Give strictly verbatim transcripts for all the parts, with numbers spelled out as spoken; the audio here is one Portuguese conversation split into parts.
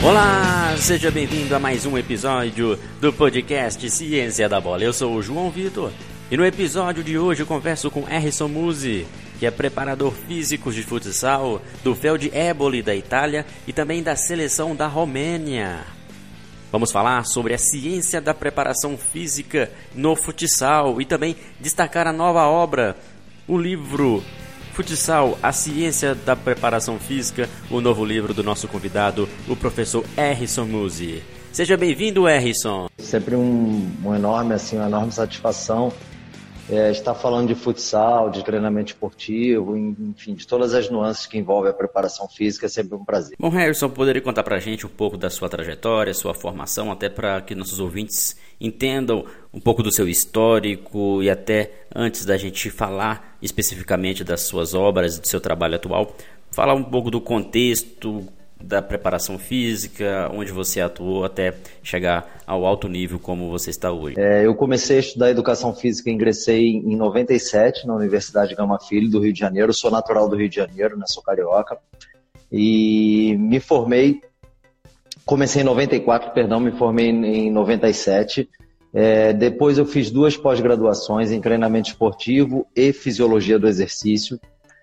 Olá, seja bem-vindo a mais um episódio do podcast Ciência da Bola. Eu sou o João Vitor e no episódio de hoje eu converso com Harrison Musi, que é preparador físico de futsal do Feld Eboli da Itália e também da seleção da Romênia. Vamos falar sobre a ciência da preparação física no futsal e também destacar a nova obra, o livro Futsal, a ciência da preparação física, o novo livro do nosso convidado, o professor Harrison Musi. Seja bem-vindo, Harrison. Sempre um, um enorme, assim, uma enorme satisfação é, estar falando de futsal, de treinamento esportivo, enfim, de todas as nuances que envolvem a preparação física, é sempre um prazer. Bom, Harrison, poderia contar pra gente um pouco da sua trajetória, sua formação, até para que nossos ouvintes entendam um pouco do seu histórico e até antes da gente falar especificamente das suas obras e do seu trabalho atual, falar um pouco do contexto da preparação física, onde você atuou até chegar ao alto nível como você está hoje. É, eu comecei a estudar educação física e ingressei em noventa e sete na Universidade Gama Filho do Rio de Janeiro. Eu sou natural do Rio de Janeiro, né? Sou carioca. E me formei, comecei em noventa e quatro, perdão, me formei em noventa e sete. É, depois eu fiz duas pós-graduações em treinamento esportivo e fisiologia do exercício.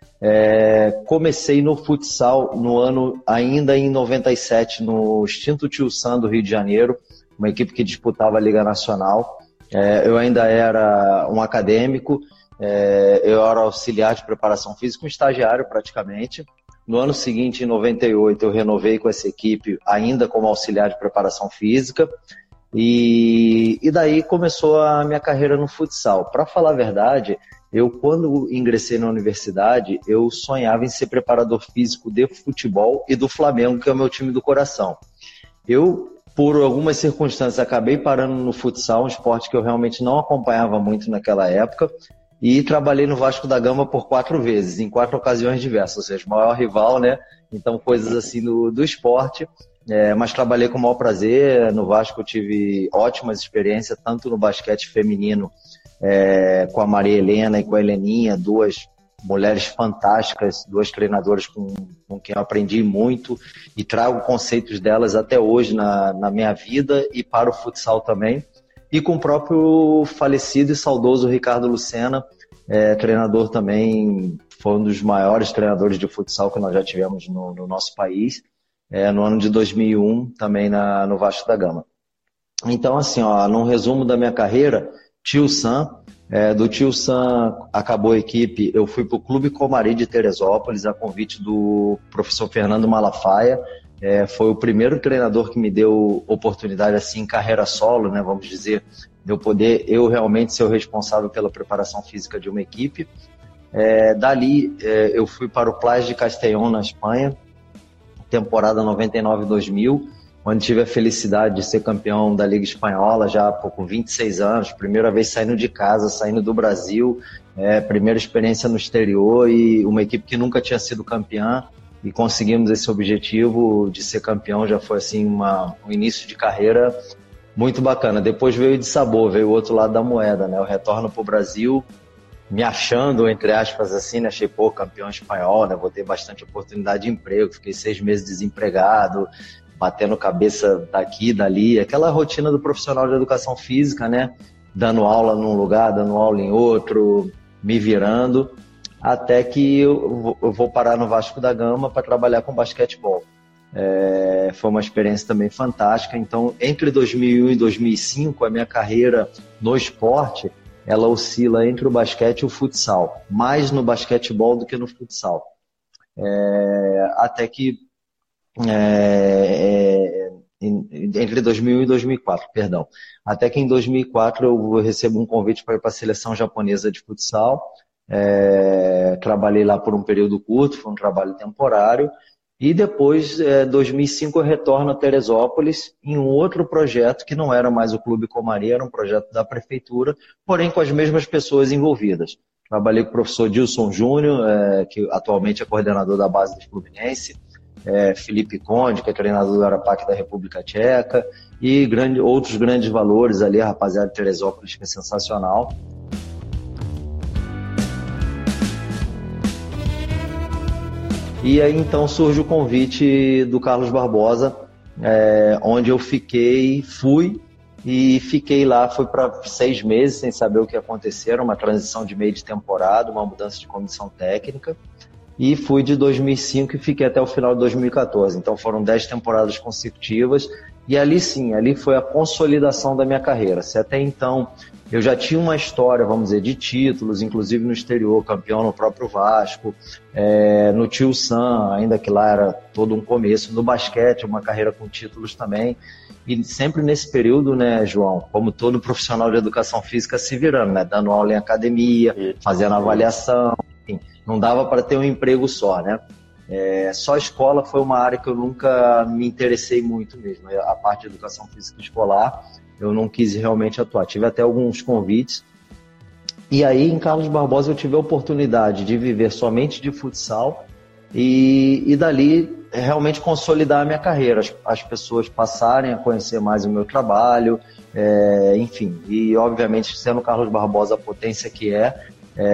É, comecei no futsal no ano, ainda em noventa e sete, no extinto Tio Sam do Rio de Janeiro, uma equipe que disputava a Liga Nacional. É, eu ainda era um acadêmico, é, eu era auxiliar de preparação física, um estagiário praticamente. No ano seguinte, em noventa e oito, eu renovei com essa equipe, ainda como auxiliar de preparação física. E, e daí começou a minha carreira no futsal. Para falar a verdade, eu quando ingressei na universidade, eu sonhava em ser preparador físico de futebol e do Flamengo, que é o meu time do coração. Eu, por algumas circunstâncias, acabei parando no futsal, um esporte que eu realmente não acompanhava muito naquela época, e trabalhei no Vasco da Gama por quatro vezes, em quatro ocasiões diversas, ou seja, maior rival, né? Então, coisas assim do, do esporte. É, mas trabalhei com o maior prazer. No Vasco eu tive ótimas experiências, tanto no basquete feminino, é, com a Maria Helena e com a Heleninha, duas mulheres fantásticas, duas treinadoras com, com quem eu aprendi muito e trago conceitos delas até hoje na, na minha vida e para o futsal também. E com o próprio falecido e saudoso Ricardo Lucena, é, treinador também, foi um dos maiores treinadores de futsal que nós já tivemos no, no nosso país. É, no ano de dois mil e um, também na, no Vasco da Gama. Então, assim, ó, num resumo da minha carreira, Tio Sam, é, do Tio Sam acabou a equipe, eu fui para o Clube Comari de Teresópolis, a convite do professor Fernando Malafaia. É, foi o primeiro treinador que me deu oportunidade, assim, em carreira solo, né, vamos dizer, de eu poder, eu realmente ser o responsável pela preparação física de uma equipe. É, dali, é, eu fui para o Plage de Castellón, na Espanha, temporada noventa e nove dois mil, onde tive a felicidade de ser campeão da Liga Espanhola já pô, com vinte e seis anos, primeira vez saindo de casa, saindo do Brasil, é, primeira experiência no exterior e uma equipe que nunca tinha sido campeã e conseguimos esse objetivo de ser campeão. Já foi assim uma, um início de carreira muito bacana. Depois veio de sabor, veio o outro lado da moeda, né? O retorno para o Brasil, me achando, entre aspas, assim, né? Achei, pô, campeão espanhol, né? Vou ter bastante oportunidade de emprego. Fiquei seis meses desempregado, batendo cabeça daqui e dali. Aquela rotina do profissional de educação física, né? Dando aula num lugar, dando aula em outro, me virando, até que eu, eu vou parar no Vasco da Gama para trabalhar com basquetebol. É, foi uma experiência também fantástica. Então, entre dois mil e um e dois mil e cinco, a minha carreira no esporte, ela oscila entre o basquete e o futsal, mais no basquetebol do que no futsal. É, até que, é, é, entre dois mil e um e dois mil e quatro, perdão, até que em dois mil e quatro eu recebo um convite para ir para a seleção japonesa de futsal. É, trabalhei lá por um período curto, foi um trabalho temporário. E depois, em dois mil e cinco, eu retorno a Teresópolis em um outro projeto, que não era mais o Clube Comari, era um projeto da prefeitura, porém com as mesmas pessoas envolvidas. Trabalhei com o professor Dilson Júnior, é, que atualmente é coordenador da base do Fluminense, é, Felipe Conde, que é treinador do Arapaque da República Tcheca, e grande, outros grandes valores ali, a rapaziada de Teresópolis, que é sensacional. E aí então surge o convite do Carlos Barbosa é, onde eu fiquei, fui e fiquei lá, fui para seis meses sem saber o que ia acontecer, era uma transição de meio de temporada, uma mudança de comissão técnica, e fui de dois mil e cinco e fiquei até o final de dois mil e catorze, então foram dez temporadas consecutivas, e ali sim, ali foi a consolidação da minha carreira. Se até então eu já tinha uma história, vamos dizer, de títulos, inclusive no exterior, campeão no próprio Vasco, é, no Tio Sam, ainda que lá era todo um começo, no basquete, uma carreira com títulos também. E sempre nesse período, né, João, como todo profissional de educação física se virando, né, dando aula em academia, fazendo avaliação, enfim, não dava para ter um emprego só, né. É, só a escola foi uma área que eu nunca me interessei muito mesmo, a parte de educação física escolar, eu não quis realmente atuar. Tive até alguns convites. E aí, em Carlos Barbosa, eu tive a oportunidade de viver somente de futsal e, e dali realmente consolidar a minha carreira. As, as pessoas passarem a conhecer mais o meu trabalho, é, enfim. E, obviamente, sendo Carlos Barbosa a potência que é,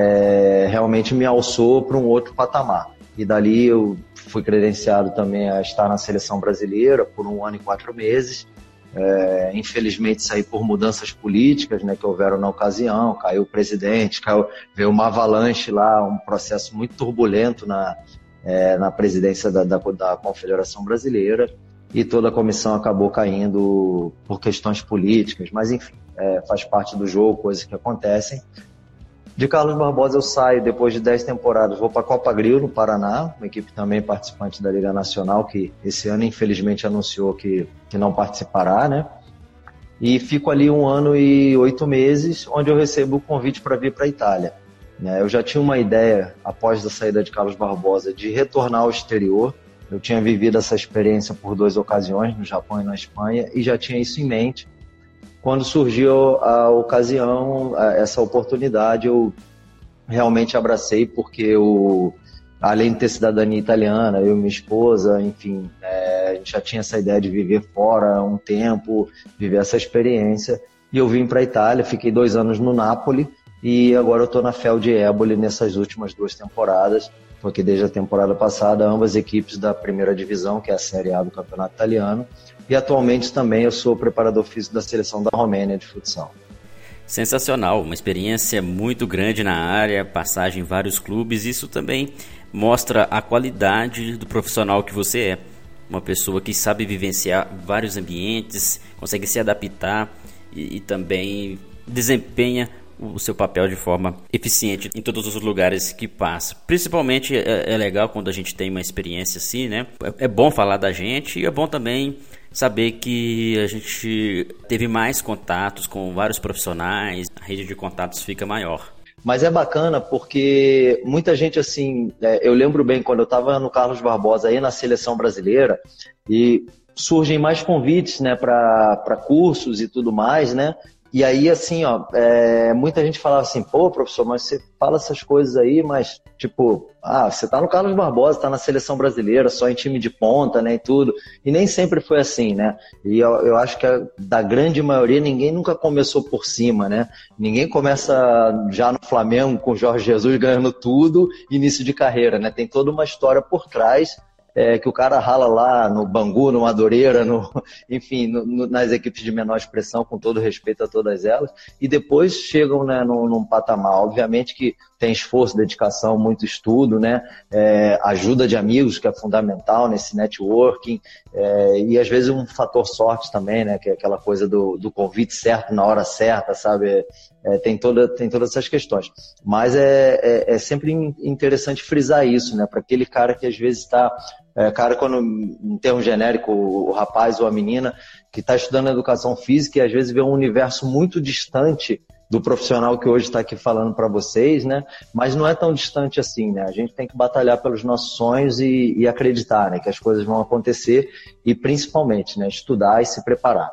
é realmente me alçou para um outro patamar. E dali eu fui credenciado também a estar na seleção brasileira por um ano e quatro meses. É, infelizmente saí por mudanças políticas, né, que houveram na ocasião, caiu o presidente, caiu, veio uma avalanche lá, um processo muito turbulento na, é, na presidência da, da, da Confederação Brasileira, e toda a comissão acabou caindo por questões políticas, mas enfim, é, faz parte do jogo, coisas que acontecem. De Carlos Barbosa eu saio depois de dez temporadas, vou para a Copa Grill, no Paraná, uma equipe também participante da Liga Nacional, que esse ano infelizmente anunciou que, que não participará, né? E fico ali um ano e oito meses, onde eu recebo o convite para vir para a Itália. Eu já tinha uma ideia, após a saída de Carlos Barbosa, de retornar ao exterior. Eu tinha vivido essa experiência por duas ocasiões, no Japão e na Espanha, e já tinha isso em mente. Quando surgiu a ocasião, essa oportunidade, eu realmente abracei, porque eu, além de ter cidadania italiana, eu e minha esposa, enfim, é, a gente já tinha essa ideia de viver fora um tempo, viver essa experiência, e eu vim para a Itália, fiquei dois anos no Napoli, e agora eu estou na Fel de Éboli nessas últimas duas temporadas, porque desde a temporada passada, ambas equipes da primeira divisão, que é a Série A do Campeonato Italiano, e atualmente também eu sou preparador físico da seleção da Romênia de futsal. Sensacional, uma experiência muito grande na área, passagem em vários clubes. Isso também mostra a qualidade do profissional que você é. Uma pessoa que sabe vivenciar vários ambientes, consegue se adaptar e, e também desempenha o seu papel de forma eficiente em todos os lugares que passa. Principalmente é, é legal quando a gente tem uma experiência assim, né? É, é bom falar da gente e é bom também saber que a gente teve mais contatos com vários profissionais, a rede de contatos fica maior. Mas é bacana porque muita gente, assim, é, eu lembro bem quando eu estava no Carlos Barbosa aí na seleção brasileira e surgem mais convites, né, para cursos e tudo mais, né? E aí, assim, ó, é, muita gente falava assim, pô, professor, mas você fala essas coisas aí, mas, tipo, ah, você tá no Carlos Barbosa, tá na seleção brasileira, só em time de ponta, né, e tudo. E nem sempre foi assim, né? E eu, eu acho que a, da grande maioria, ninguém nunca começou por cima, né? Ninguém começa já no Flamengo com o Jorge Jesus ganhando tudo, início de carreira, né? Tem toda uma história por trás. É, que o cara rala lá no Bangu, no Madureira, no, enfim, no, no, nas equipes de menor expressão, com todo respeito a todas elas, e depois chegam, né, num, num patamar. Obviamente que tem esforço, dedicação, muito estudo, né, é, ajuda de amigos, que é fundamental nesse networking, é, e às vezes um fator sorte também, né, que é aquela coisa do, do convite certo na hora certa, sabe? É, tem, toda, tem todas essas questões. Mas é, é, é sempre interessante frisar isso, né, para aquele cara que às vezes está... É, cara, quando, em termos genéricos, o rapaz ou a menina que está estudando educação física e às vezes vê um universo muito distante do profissional que hoje está aqui falando para vocês, né? Mas não é tão distante assim, né? A gente tem que batalhar pelos nossos sonhos e, e acreditar, né, que as coisas vão acontecer e, principalmente, né, estudar e se preparar.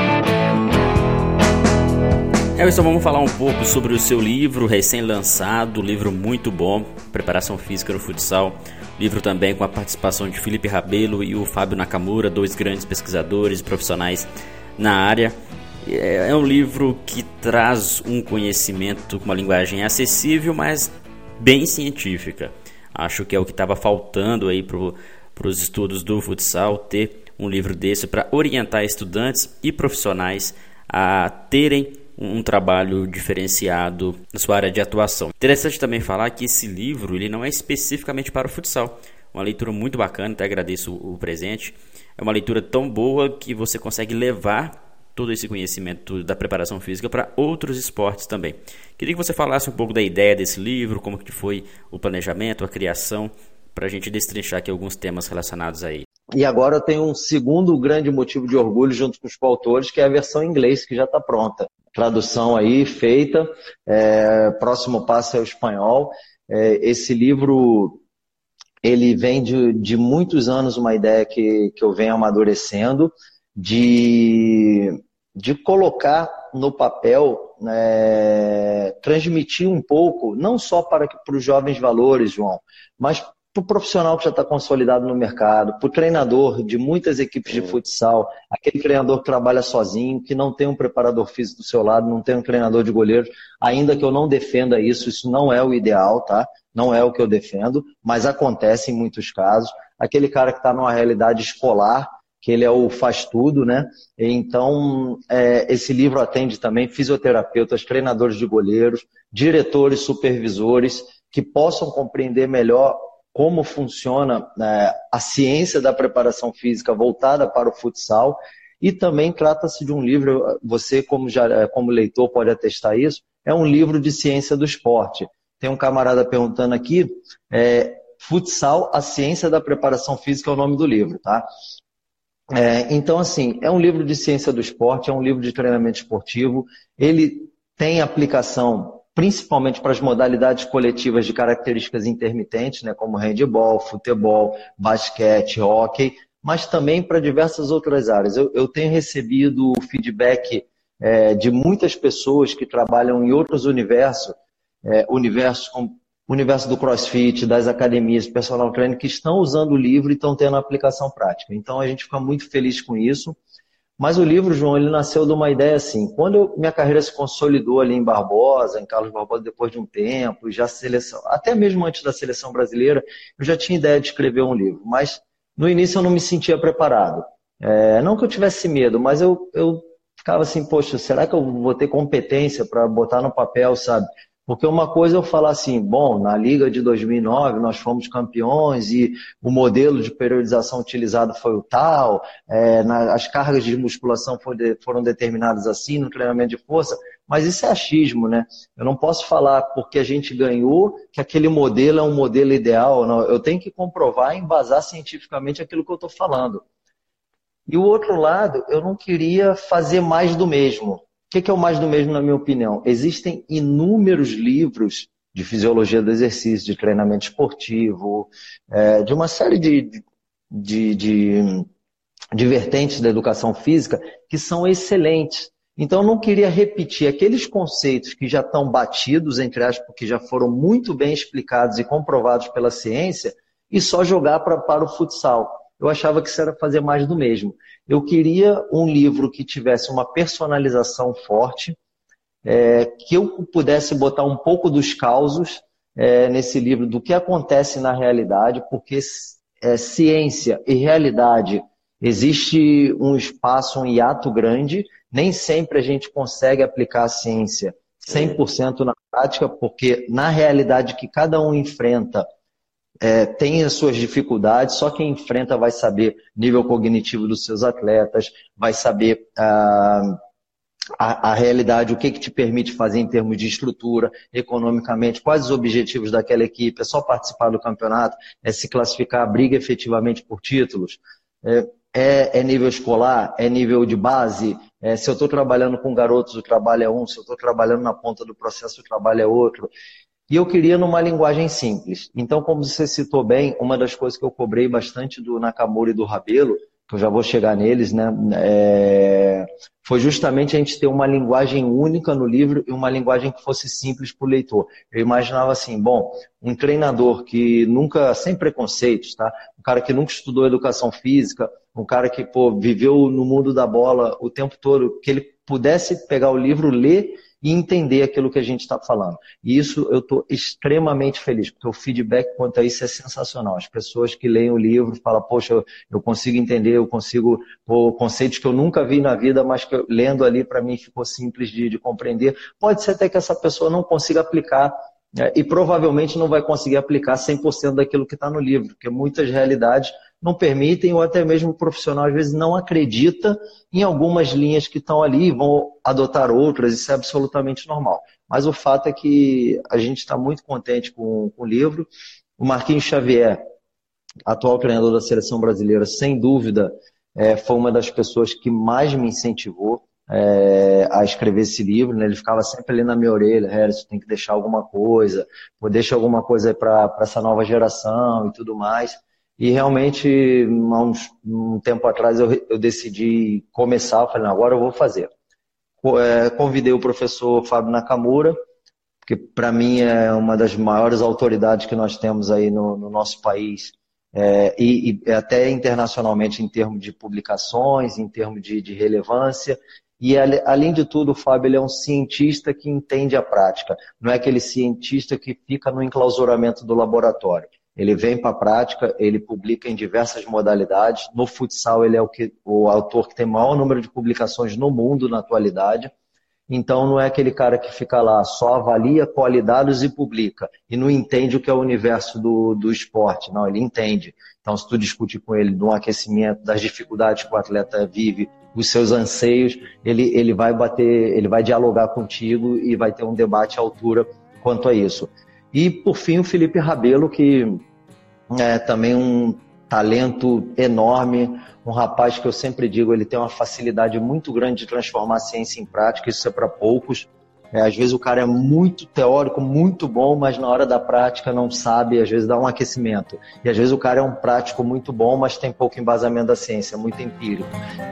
Everson, vamos falar um pouco sobre o seu livro recém-lançado, livro muito bom, Preparação Física no Futsal. Livro também com a participação de Felipe Rabelo e o Fábio Nakamura, dois grandes pesquisadores e profissionais na área. É um livro que traz um conhecimento com uma linguagem acessível, mas bem científica. Acho que é o que estava faltando aí para os estudos do futsal, ter um livro desse para orientar estudantes e profissionais a terem um trabalho diferenciado na sua área de atuação. Interessante também falar que esse livro ele não é especificamente para o futsal. Uma leitura muito bacana, até agradeço o presente. É uma leitura tão boa que você consegue levar todo esse conhecimento da preparação física para outros esportes também. Queria que você falasse um pouco da ideia desse livro, como que foi o planejamento, a criação, para a gente destrinchar aqui alguns temas relacionados a ele. E agora eu tenho um segundo grande motivo de orgulho junto com os coautores, que é a versão em inglês, que já está pronta. Tradução aí feita, é, próximo passo é o espanhol. É, esse livro, ele vem de, de muitos anos, uma ideia que, que eu venho amadurecendo, de, de colocar no papel, né, transmitir um pouco, não só para, para os jovens valores, João, mas para o profissional que já está consolidado no mercado, para o treinador de muitas equipes de futsal, aquele treinador que trabalha sozinho, que não tem um preparador físico do seu lado, não tem um treinador de goleiros, ainda que eu não defenda isso, isso não é o ideal, tá? Não é o que eu defendo, mas acontece em muitos casos. Aquele cara que está numa realidade escolar, que ele é o faz tudo, né? Então, é, esse livro atende também fisioterapeutas, treinadores de goleiros, diretores, supervisores, que possam compreender melhor como funciona né, a ciência da preparação física voltada para o futsal, e também trata-se de um livro, você como, já, como leitor pode atestar isso, é um livro de ciência do esporte. Tem um camarada perguntando aqui, é, Futsal, a ciência da preparação física é o nome do livro, tá? É, então, assim, é um livro de ciência do esporte, é um livro de treinamento esportivo, ele tem aplicação principalmente para as modalidades coletivas de características intermitentes, né, como handebol, futebol, basquete, hóquei, mas também para diversas outras áreas. Eu, eu tenho recebido feedback é, de muitas pessoas que trabalham em outros universos, é, universos como o universo do CrossFit, das academias, do personal training, que estão usando o livro e estão tendo aplicação prática. Então a gente fica muito feliz com isso. Mas o livro, João, ele nasceu de uma ideia assim. Quando eu, minha carreira se consolidou ali em Barbosa, em Carlos Barbosa, depois de um tempo, já seleção, até mesmo antes da seleção brasileira, eu já tinha ideia de escrever um livro. Mas no início eu não me sentia preparado. É, não que eu tivesse medo, mas eu, eu ficava assim, poxa, será que eu vou ter competência para botar no papel, sabe? Porque uma coisa é eu falar assim, bom, na Liga de dois mil e nove nós fomos campeões e o modelo de periodização utilizado foi o tal, é, na, as cargas de musculação foram, de, foram determinadas assim no treinamento de força, mas isso é achismo, né? Eu não posso falar porque a gente ganhou que aquele modelo é um modelo ideal, não. Eu tenho que comprovar e embasar cientificamente aquilo que eu estou falando. E o outro lado, eu não queria fazer mais do mesmo. O que é o mais do mesmo, na minha opinião? Existem inúmeros livros de fisiologia do exercício, de treinamento esportivo, é, de uma série de, de, de, de vertentes da educação física que são excelentes. Então, eu não queria repetir aqueles conceitos que já estão batidos, entre aspas, porque já foram muito bem explicados e comprovados pela ciência, e só jogar pra, para o futsal. Eu achava que isso era fazer mais do mesmo. Eu queria um livro que tivesse uma personalização forte, é, que eu pudesse botar um pouco dos causos é, nesse livro, do que acontece na realidade, porque é, ciência e realidade, existe um espaço, um hiato grande, nem sempre a gente consegue aplicar a ciência cem por cento na prática, porque na realidade que cada um enfrenta, É, tem as suas dificuldades, só quem enfrenta vai saber nível cognitivo dos seus atletas, vai saber ah, a, a realidade, o que, que te permite fazer em termos de estrutura, economicamente, quais os objetivos daquela equipe, é só participar do campeonato, é se classificar, briga efetivamente por títulos, é, é, é nível escolar, é nível de base, é, se eu estou trabalhando com garotos, o trabalho é um, se eu estou trabalhando na ponta do processo, o trabalho é outro. E eu queria numa linguagem simples. Então, como você citou bem, uma das coisas que eu cobrei bastante do Nakamura e do Rabelo, que eu já vou chegar neles, né, é... foi justamente a gente ter uma linguagem única no livro e uma linguagem que fosse simples para o leitor. Eu imaginava assim, bom, um treinador que nunca, sem preconceitos, tá? Um cara que nunca estudou educação física, um cara que pô, viveu no mundo da bola o tempo todo, que ele pudesse pegar o livro, ler e entender aquilo que a gente está falando. E isso eu estou extremamente feliz, porque o feedback quanto a isso é sensacional. As pessoas que leem o livro falam, poxa, eu, eu consigo entender, eu consigo, pô, conceitos que eu nunca vi na vida, mas que eu, lendo ali para mim ficou simples de, de compreender. Pode ser até que essa pessoa não consiga aplicar, né, e provavelmente não vai conseguir aplicar cem por cento daquilo que está no livro, porque muitas realidades não permitem, ou até mesmo o profissional às vezes não acredita em algumas linhas que estão ali e vão adotar outras, isso é absolutamente normal. Mas o fato é que a gente está muito contente com, com o livro. O Marquinhos Xavier, atual treinador da seleção brasileira, sem dúvida, é, foi uma das pessoas que mais me incentivou é, a escrever esse livro, né? Ele ficava sempre ali na minha orelha, Harrison, tem que deixar alguma coisa, ou deixa alguma coisa para essa nova geração e tudo mais. E realmente, há uns, um tempo atrás, eu, eu decidi começar, eu falei, não, agora eu vou fazer. É, convidei o professor Fábio Nakamura, que para mim é uma das maiores autoridades que nós temos aí no, no nosso país, é, e, e até internacionalmente em termos de publicações, em termos de, de relevância. E, além de tudo, o Fábio ele é um cientista que entende a prática, não é aquele cientista que fica no enclausuramento do laboratório. Ele vem para a prática, ele publica em diversas modalidades. No futsal, ele é o, que, o autor que tem maior número de publicações no mundo na atualidade. Então, não é aquele cara que fica lá, só avalia, colhe dados e publica. E não entende o que é o universo do, do esporte. Não, ele entende. Então, se tu discutir com ele de um aquecimento, das dificuldades que o atleta vive, os seus anseios, ele, ele vai bater, ele vai dialogar contigo e vai ter um debate à altura quanto a isso. E, por fim, o Felipe Rabelo, que é também um talento enorme, um rapaz que eu sempre digo, ele tem uma facilidade muito grande de transformar a ciência em prática, isso é para poucos. É, às vezes o cara é muito teórico, muito bom, mas na hora da prática não sabe, às vezes dá um aquecimento. E às vezes o cara é um prático muito bom, mas tem pouco embasamento da ciência, muito empírico.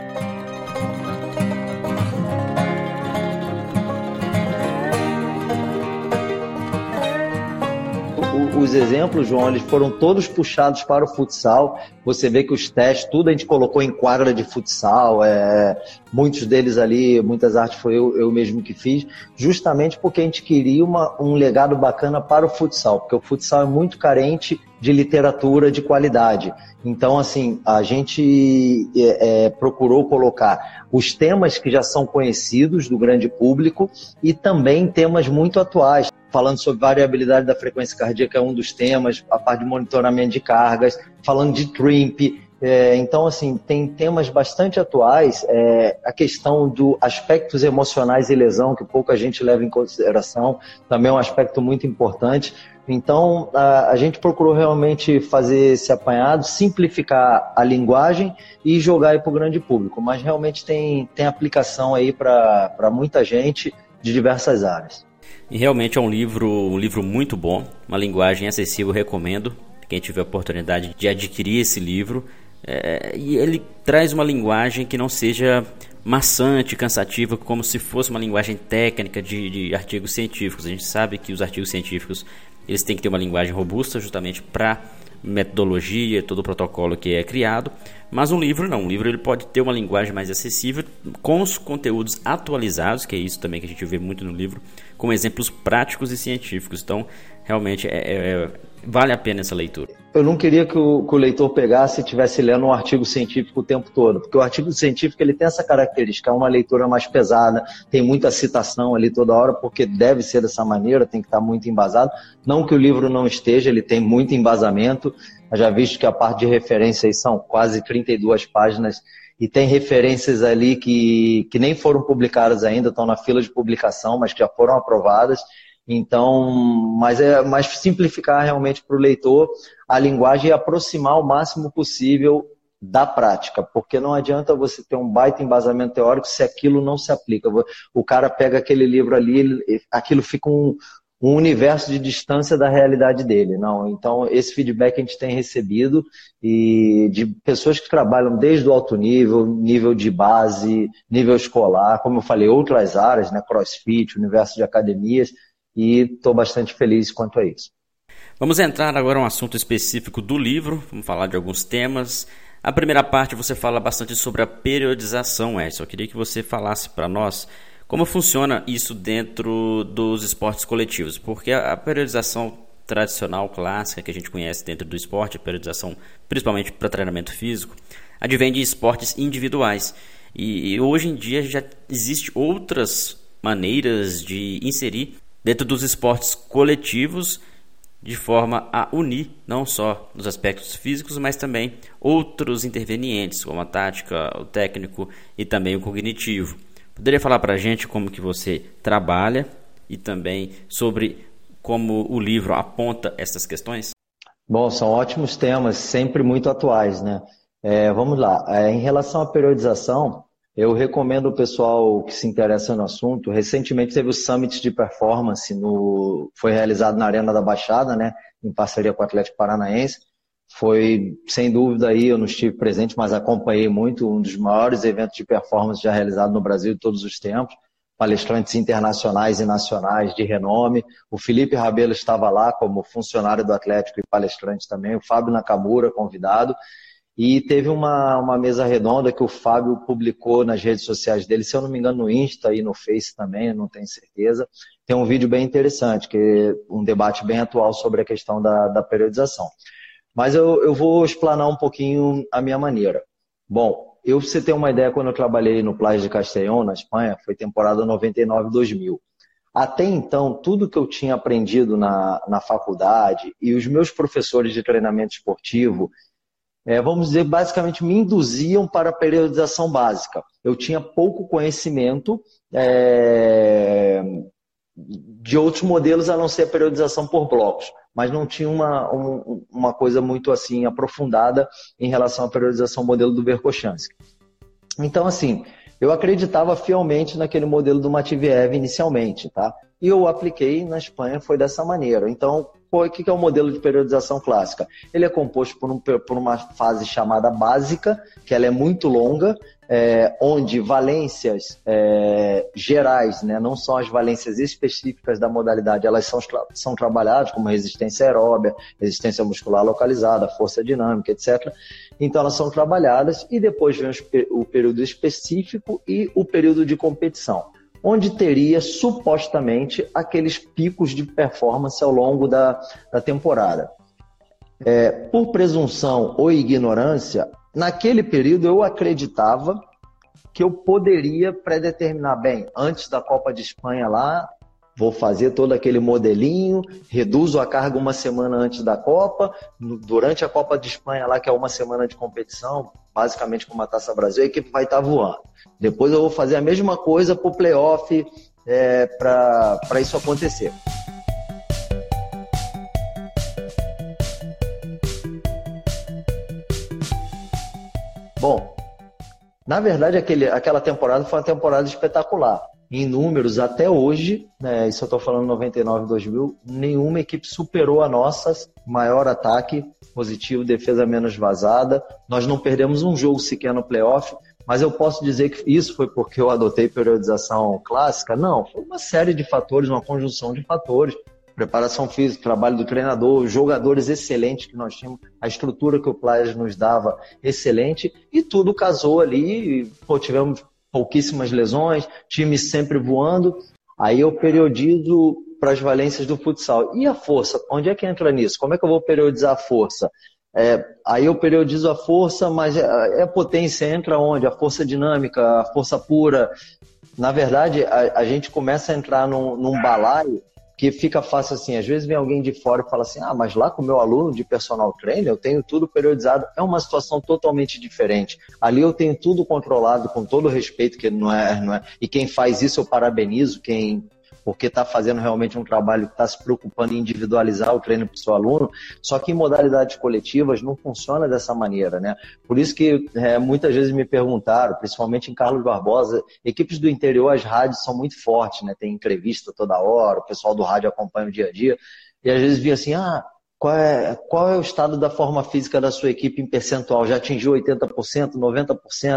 Os exemplos, João, eles foram todos puxados para o futsal. Você vê que os testes, tudo a gente colocou em quadra de futsal, é, muitos deles ali, muitas artes foi eu, eu mesmo que fiz, justamente porque a gente queria uma, um legado bacana para o futsal, porque o futsal é muito carente de literatura de qualidade. Então, assim, a gente é, é, procurou colocar os temas que já são conhecidos do grande público e também temas muito atuais. Falando sobre variabilidade da frequência cardíaca é um dos temas, a parte de monitoramento de cargas, falando de trimp. É, então, assim, tem temas bastante atuais, é, a questão dos aspectos emocionais e lesão, que pouca gente leva em consideração, também é um aspecto muito importante. Então, a, a gente procurou realmente fazer esse apanhado, simplificar a linguagem e jogar aí para o grande público, mas realmente tem, tem aplicação aí para muita gente de diversas áreas. E realmente é um livro, um livro muito bom, uma linguagem acessível, recomendo. Quem tiver a oportunidade de adquirir esse livro. É, e ele traz uma linguagem que não seja maçante, cansativa, como se fosse uma linguagem técnica de, de artigos científicos. A gente sabe que os artigos científicos eles têm que ter uma linguagem robusta justamente para metodologia, todo o protocolo que é criado, mas um livro não, um livro ele pode ter uma linguagem mais acessível, com os conteúdos atualizados, que é isso também que a gente vê muito no livro, com exemplos práticos e científicos. Então, realmente, é, é, vale a pena essa leitura. Eu não queria que o, que o leitor pegasse e estivesse lendo um artigo científico o tempo todo, porque o artigo científico ele tem essa característica, é uma leitura mais pesada, tem muita citação ali toda hora, porque deve ser dessa maneira, tem que estar muito embasado. Não que o livro não esteja, ele tem muito embasamento, eu já visto que a parte de referências são quase trinta e duas páginas, e tem referências ali que, que nem foram publicadas ainda, estão na fila de publicação, mas que já foram aprovadas. Então, mas é mais simplificar realmente para o leitor a linguagem e aproximar o máximo possível da prática, porque não adianta você ter um baita embasamento teórico se aquilo não se aplica. O cara pega aquele livro ali, aquilo fica um, um universo de distância da realidade dele. Não, então esse feedback a gente tem recebido e de pessoas que trabalham desde o alto nível, nível de base, nível escolar, como eu falei, outras áreas, né, crossfit, universo de academias, e estou bastante feliz quanto a isso. Vamos entrar agora em um assunto específico do livro, vamos falar de alguns temas. A primeira parte você fala bastante sobre a periodização, Edson. Eu queria que você falasse para nós Como funciona isso dentro dos esportes coletivos? Porque a periodização tradicional, clássica, que a gente conhece dentro do esporte, a periodização principalmente para treinamento físico, advém de esportes individuais. E, e hoje em dia já existem outras maneiras de inserir dentro dos esportes coletivos de forma a unir não só os aspectos físicos, mas também outros intervenientes, como a tática, o técnico e também o cognitivo. Poderia falar para a gente como que você trabalha e também sobre como o livro aponta essas questões? Bom, são ótimos temas, sempre muito atuais, né? É, vamos lá. É, em relação à periodização, eu recomendo o pessoal que se interessa no assunto. Recentemente teve o Summit de Performance, no, foi realizado na Arena da Baixada, né, em parceria com o Atlético Paranaense. Foi, sem dúvida, aí eu não estive presente, mas acompanhei muito, um dos maiores eventos de performance já realizado no Brasil de todos os tempos. Palestrantes internacionais e nacionais de renome. O Felipe Rabelo estava lá como funcionário do Atlético e palestrante também. O Fábio Nakamura, convidado. E teve uma, uma mesa redonda que o Fábio publicou nas redes sociais dele, se eu não me engano no Insta e no Face também, eu não tenho certeza. Tem um vídeo bem interessante, que é um debate bem atual sobre a questão da, da periodização. Mas eu, eu vou explanar um pouquinho a minha maneira. Bom, eu, pra você ter uma ideia, quando eu trabalhei no Playa de Castellón, na Espanha, foi temporada noventa e nove a dois mil. Até então, tudo que eu tinha aprendido na, na faculdade e os meus professores de treinamento esportivo, É, vamos dizer, basicamente me induziam para a periodização básica. Eu tinha pouco conhecimento é, de outros modelos a não ser a periodização por blocos, mas não tinha uma, um, uma coisa muito assim aprofundada em relação à periodização modelo do Verkhoshansky. Então, assim, eu acreditava fielmente naquele modelo do Matveev inicialmente, tá? E eu apliquei na Espanha, foi dessa maneira. Então, o que é o modelo de periodização clássica? Ele é composto por, um, por uma fase chamada básica, que ela é muito longa, é, onde valências é, gerais, né, não são as valências específicas da modalidade, elas são, são trabalhadas como resistência aeróbia, resistência muscular localizada, força dinâmica, etcétera. Então elas são trabalhadas e depois vem o período específico e o período de competição, onde teria supostamente aqueles picos de performance ao longo da, da temporada. É, por presunção ou ignorância, naquele período eu acreditava que eu poderia predeterminar, bem, antes da Copa de Espanha lá, vou fazer todo aquele modelinho, reduzo a carga uma semana antes da Copa, durante a Copa de Espanha lá, que é uma semana de competição, basicamente como a Taça Brasil, a equipe vai estar voando. Depois eu vou fazer a mesma coisa para o playoff, é, para isso acontecer. Bom, na verdade aquele, aquela temporada foi uma temporada espetacular. Em números, até hoje, né, isso eu estou falando noventa e nove a dois mil, nenhuma equipe superou a nossa, maior ataque positivo, defesa menos vazada. Nós não perdemos um jogo sequer no playoff, mas eu posso dizer que isso foi porque eu adotei periodização clássica? Não, foi uma série de fatores, uma conjunção de fatores. Preparação física, trabalho do treinador, jogadores excelentes que nós tínhamos, a estrutura que o Playas nos dava excelente, e tudo casou ali, e, pô, tivemos pouquíssimas lesões, time sempre voando. Aí eu periodizo para as valências do futsal. E a força? Onde é que entra nisso? Como é que eu vou periodizar a força? É, aí eu periodizo a força, mas é, é potência, entra onde? A força dinâmica, a força pura. Na verdade, a, a gente começa a entrar num, num balaio que fica fácil assim. Às vezes vem alguém de fora e fala assim, ah, mas lá com o meu aluno de personal trainer eu tenho tudo periodizado. É uma situação totalmente diferente. Ali eu tenho tudo controlado, com todo o respeito, que não é, não é. E quem faz isso eu parabenizo, quem... porque está fazendo realmente um trabalho que está se preocupando em individualizar o treino para o seu aluno, só que em modalidades coletivas não funciona dessa maneira, né? Por isso que é, muitas vezes me perguntaram, principalmente em Carlos Barbosa, equipes do interior, as rádios são muito fortes, né? Tem entrevista toda hora, o pessoal do rádio acompanha o dia a dia, e às vezes via assim, ah, qual é, qual é o estado da forma física da sua equipe em percentual? Já atingiu oitenta por cento, noventa por cento?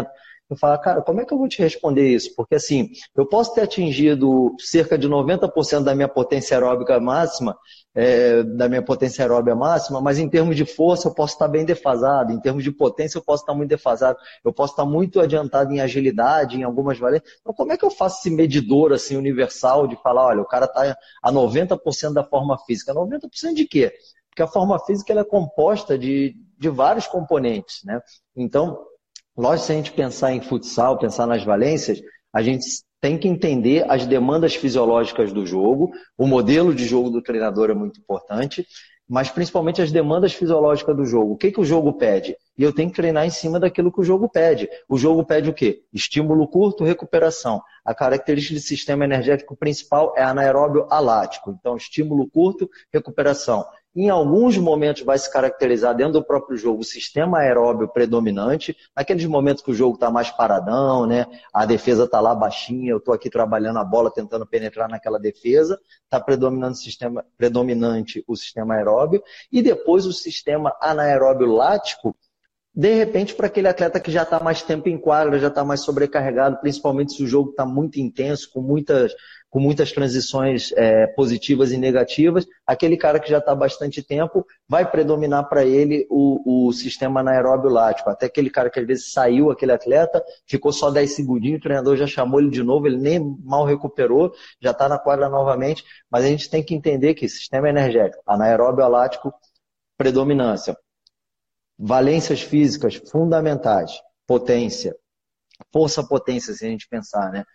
Eu falo, cara, como é que eu vou te responder isso? Porque assim, eu posso ter atingido cerca de noventa por cento da minha potência aeróbica máxima, é, da minha potência aeróbica máxima, mas em termos de força eu posso estar bem defasado, em termos de potência eu posso estar muito defasado, eu posso estar muito adiantado em agilidade, em algumas valências. Então como é que eu faço esse medidor assim, universal de falar, olha, o cara está a noventa por cento da forma física? noventa por cento de quê? Porque a forma física ela é composta de, de vários componentes, né? Então, lógico, se a gente pensar em futsal, pensar nas valências, a gente tem que entender as demandas fisiológicas do jogo, o modelo de jogo do treinador é muito importante, mas principalmente as demandas fisiológicas do jogo. O que, que o jogo pede? E eu tenho que treinar em cima daquilo que o jogo pede. O jogo pede o quê? Estímulo curto, recuperação. A característica do sistema energético principal é anaeróbio alático. Então, estímulo curto, recuperação. Em alguns momentos vai se caracterizar dentro do próprio jogo o sistema aeróbio predominante, naqueles momentos que o jogo está mais paradão, né? A defesa está lá baixinha, eu estou aqui trabalhando a bola, tentando penetrar naquela defesa, está predominando o sistema, predominante o sistema aeróbio, e depois o sistema anaeróbio lático, de repente, para aquele atleta que já está mais tempo em quadra, já está mais sobrecarregado, principalmente se o jogo está muito intenso, com muitas, com muitas transições é, positivas e negativas, aquele cara que já está há bastante tempo, vai predominar para ele o, o sistema anaeróbio lático. Até aquele cara que às vezes saiu, aquele atleta, ficou só dez segundinhos, o treinador já chamou ele de novo, ele nem mal recuperou, já está na quadra novamente, mas a gente tem que entender que sistema energético, anaeróbio lático, predominância. Valências físicas fundamentais, potência, força-potência, se a gente pensar, né?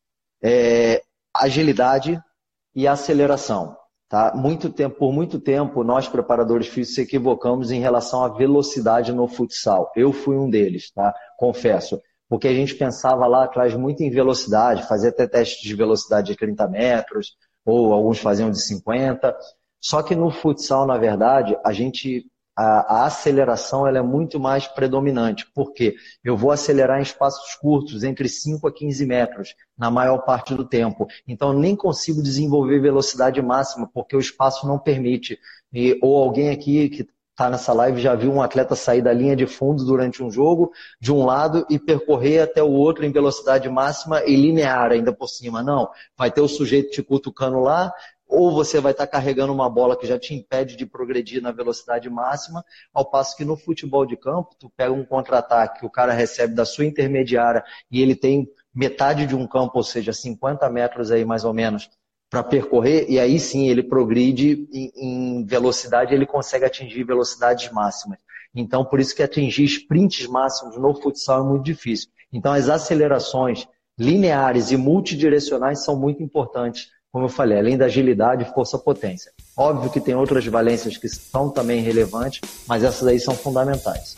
É, agilidade e aceleração. Tá? Muito tempo, por muito tempo, nós preparadores físicos se equivocamos em relação à velocidade no futsal. Eu fui um deles, tá? Confesso. Porque a gente pensava lá atrás muito em velocidade, fazia até testes de velocidade de trinta metros, ou alguns faziam de cinquenta. Só que no futsal, na verdade, a gente... A, a aceleração ela é muito mais predominante. Por quê? Eu vou acelerar em espaços curtos, entre cinco a quinze metros, na maior parte do tempo. Então, eu nem consigo desenvolver velocidade máxima, porque o espaço não permite. E, ou alguém aqui que está nessa live já viu um atleta sair da linha de fundo durante um jogo, de um lado, e percorrer até o outro em velocidade máxima e linear ainda por cima. Não, vai ter o sujeito te cutucando lá, ou você vai estar carregando uma bola que já te impede de progredir na velocidade máxima, ao passo que no futebol de campo, tu pega um contra-ataque que o cara recebe da sua intermediária e ele tem metade de um campo, ou seja, cinquenta metros aí mais ou menos, para percorrer, e aí sim ele progride em, em velocidade, ele consegue atingir velocidades máximas. Então, por isso que atingir sprints máximos no futsal é muito difícil. Então, as acelerações lineares e multidirecionais são muito importantes, como eu falei, além da agilidade e força-potência. Óbvio que tem outras valências que são também relevantes, mas essas aí são fundamentais.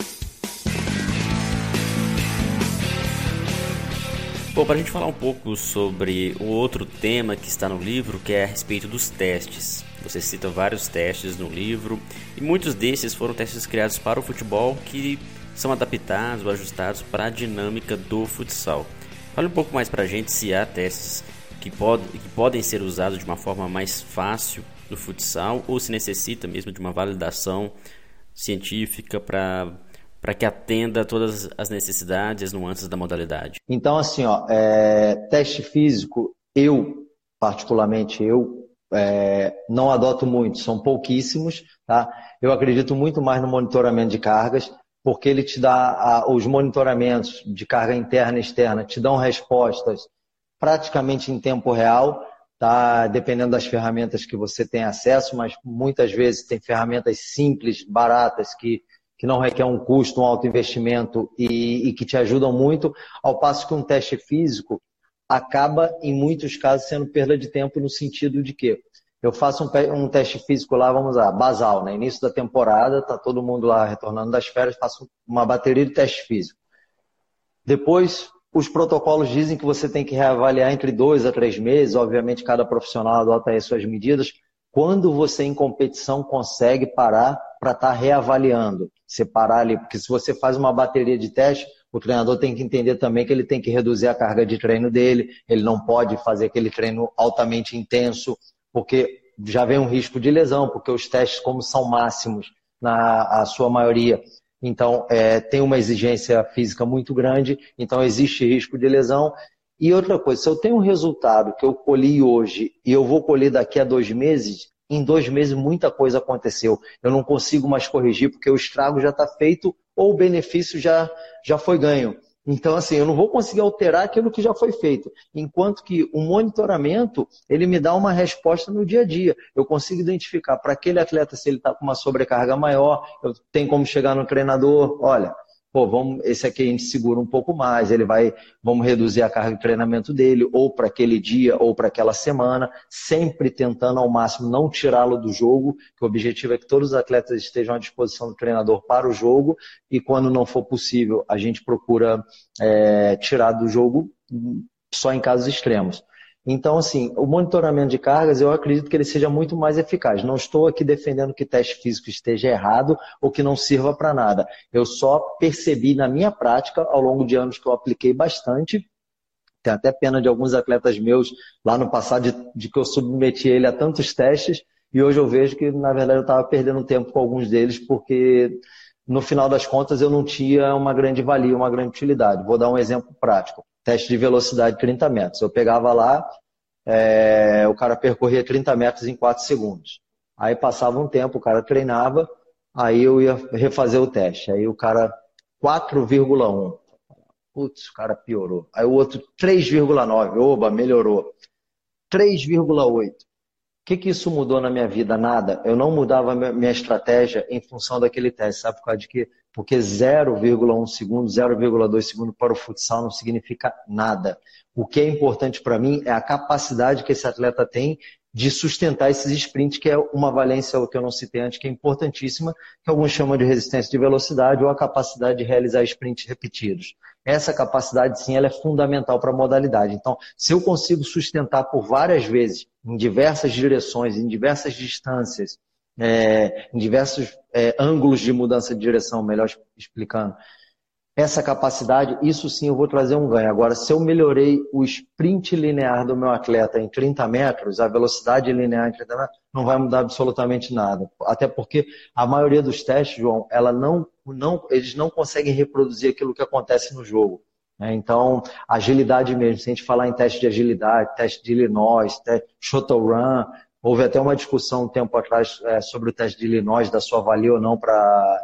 Bom, para a gente falar um pouco sobre o outro tema que está no livro, que é a respeito dos testes. Você cita vários testes no livro, e muitos desses foram testes criados para o futebol que são adaptados ou ajustados para a dinâmica do futsal. Fale um pouco mais para a gente se há testes que, pode, que podem ser usados de uma forma mais fácil no futsal, ou se necessita mesmo de uma validação científica para para que atenda a todas as necessidades e as nuances da modalidade. Então, assim, ó, é, teste físico, eu, particularmente eu, é, não adoto muito, são pouquíssimos, tá? Eu acredito muito mais no monitoramento de cargas, porque ele te dá, a, os monitoramentos de carga interna e externa te dão respostas praticamente em tempo real, tá? Dependendo das ferramentas que você tem acesso, mas muitas vezes tem ferramentas simples, baratas, que que não requer um custo, um alto investimento e, e que te ajudam muito, ao passo que um teste físico acaba, em muitos casos, sendo perda de tempo no sentido de que eu faço um, um teste físico lá, vamos lá, basal, né? Início da temporada, tá todo mundo lá retornando das férias, faço uma bateria de teste físico. Depois, os protocolos dizem que você tem que reavaliar entre dois a três meses, obviamente cada profissional adota aí suas medidas. Quando você em competição consegue parar para estar reavaliando, separar ali, porque se você faz uma bateria de teste, o treinador tem que entender também que ele tem que reduzir a carga de treino dele, ele não pode fazer aquele treino altamente intenso, porque já vem um risco de lesão, porque os testes, como são máximos, na a sua maioria, então é, tem uma exigência física muito grande, então existe risco de lesão. E outra coisa, se eu tenho um resultado que eu colhi hoje e eu vou colher daqui a dois meses, em dois meses muita coisa aconteceu. Eu não consigo mais corrigir porque o estrago já está feito ou o benefício já, já foi ganho. Então, assim, eu não vou conseguir alterar aquilo que já foi feito. Enquanto que o monitoramento, ele me dá uma resposta no dia a dia. Eu consigo identificar para aquele atleta se ele está com uma sobrecarga maior, eu tenho como chegar no treinador, olha, pô, vamos, esse aqui a gente segura um pouco mais, ele vai, vamos reduzir a carga de treinamento dele, ou para aquele dia, ou para aquela semana, sempre tentando ao máximo não tirá-lo do jogo, que o objetivo é que todos os atletas estejam à disposição do treinador para o jogo, e quando não for possível, a gente procura é, tirar do jogo só em casos extremos. Então, assim, o monitoramento de cargas, eu acredito que ele seja muito mais eficaz. Não estou aqui defendendo que teste físico esteja errado ou que não sirva para nada. Eu só percebi na minha prática, ao longo de anos que eu apliquei bastante, tem até pena de alguns atletas meus lá no passado de, de que eu submeti ele a tantos testes, e hoje eu vejo que, na verdade, eu estava perdendo tempo com alguns deles, porque no final das contas eu não tinha uma grande valia, uma grande utilidade. Vou dar um exemplo prático. Teste de velocidade trinta metros. Eu pegava lá, é, o cara percorria trinta metros em quatro segundos. Aí passava um tempo, o cara treinava, aí eu ia refazer o teste. Aí o cara quatro vírgula um. Putz, o cara piorou. Aí o outro três vírgula nove. Oba, melhorou. três vírgula oito. O que que isso mudou na minha vida? Nada. Eu não mudava a minha estratégia em função daquele teste. Sabe por causa de quê? Porque zero vírgula um segundo, zero vírgula dois segundo para o futsal não significa nada. O que é importante para mim é a capacidade que esse atleta tem de sustentar esses sprints, que é uma valência que eu não citei antes, que é importantíssima, que alguns chamam de resistência de velocidade ou a capacidade de realizar sprints repetidos. Essa capacidade, sim, ela é fundamental para a modalidade. Então, se eu consigo sustentar por várias vezes, em diversas direções, em diversas distâncias, é, em diversos é, ângulos de mudança de direção, melhor explicando, essa capacidade, isso sim eu vou trazer um ganho. Agora, se eu melhorei o sprint linear do meu atleta em trinta metros, a velocidade linear em trinta metros, não vai mudar absolutamente nada. Até porque a maioria dos testes, João, ela não, não, eles não conseguem reproduzir aquilo que acontece no jogo. Então, agilidade mesmo, se a gente falar em teste de agilidade, teste de Illinois, teste shuttle run, houve até uma discussão um tempo atrás é, sobre o teste de Illinois, da sua valia ou não para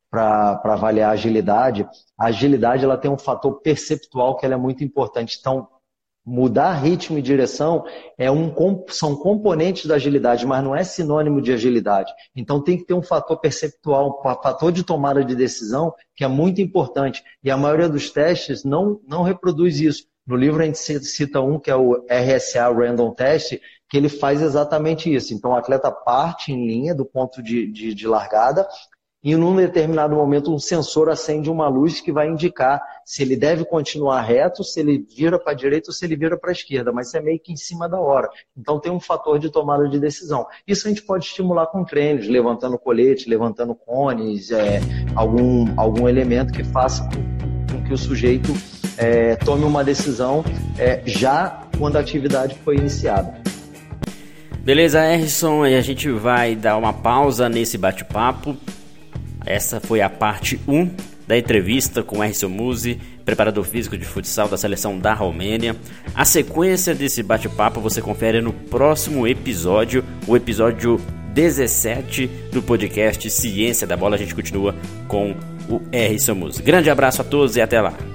para avaliar a agilidade. A agilidade ela tem um fator perceptual que ela é muito importante. Então, mudar ritmo e direção é um, são componentes da agilidade, mas não é sinônimo de agilidade. Então, tem que ter um fator perceptual, um fator de tomada de decisão, que é muito importante. E a maioria dos testes não, não reproduz isso. No livro a gente cita um, que é o R S A Random Test, que ele faz exatamente isso. Então, o atleta parte em linha do ponto de, de, de largada, e num determinado momento um sensor acende uma luz que vai indicar se ele deve continuar reto, se ele vira para a direita ou se ele vira para a esquerda, mas isso é meio que em cima da hora. Então tem um fator de tomada de decisão. Isso a gente pode estimular com treinos, levantando colete, levantando cones, é, algum, algum elemento que faça com, com que o sujeito é, tome uma decisão é, já quando a atividade foi iniciada. Beleza, Erison, e a gente vai dar uma pausa nesse bate-papo. Essa foi a parte um da entrevista com Erison Musi, preparador físico de futsal da seleção da Romênia. A sequência desse bate-papo você confere no próximo episódio, o episódio dezessete do podcast Ciência da Bola. A gente continua com o Erison Musi. Grande abraço a todos e até lá!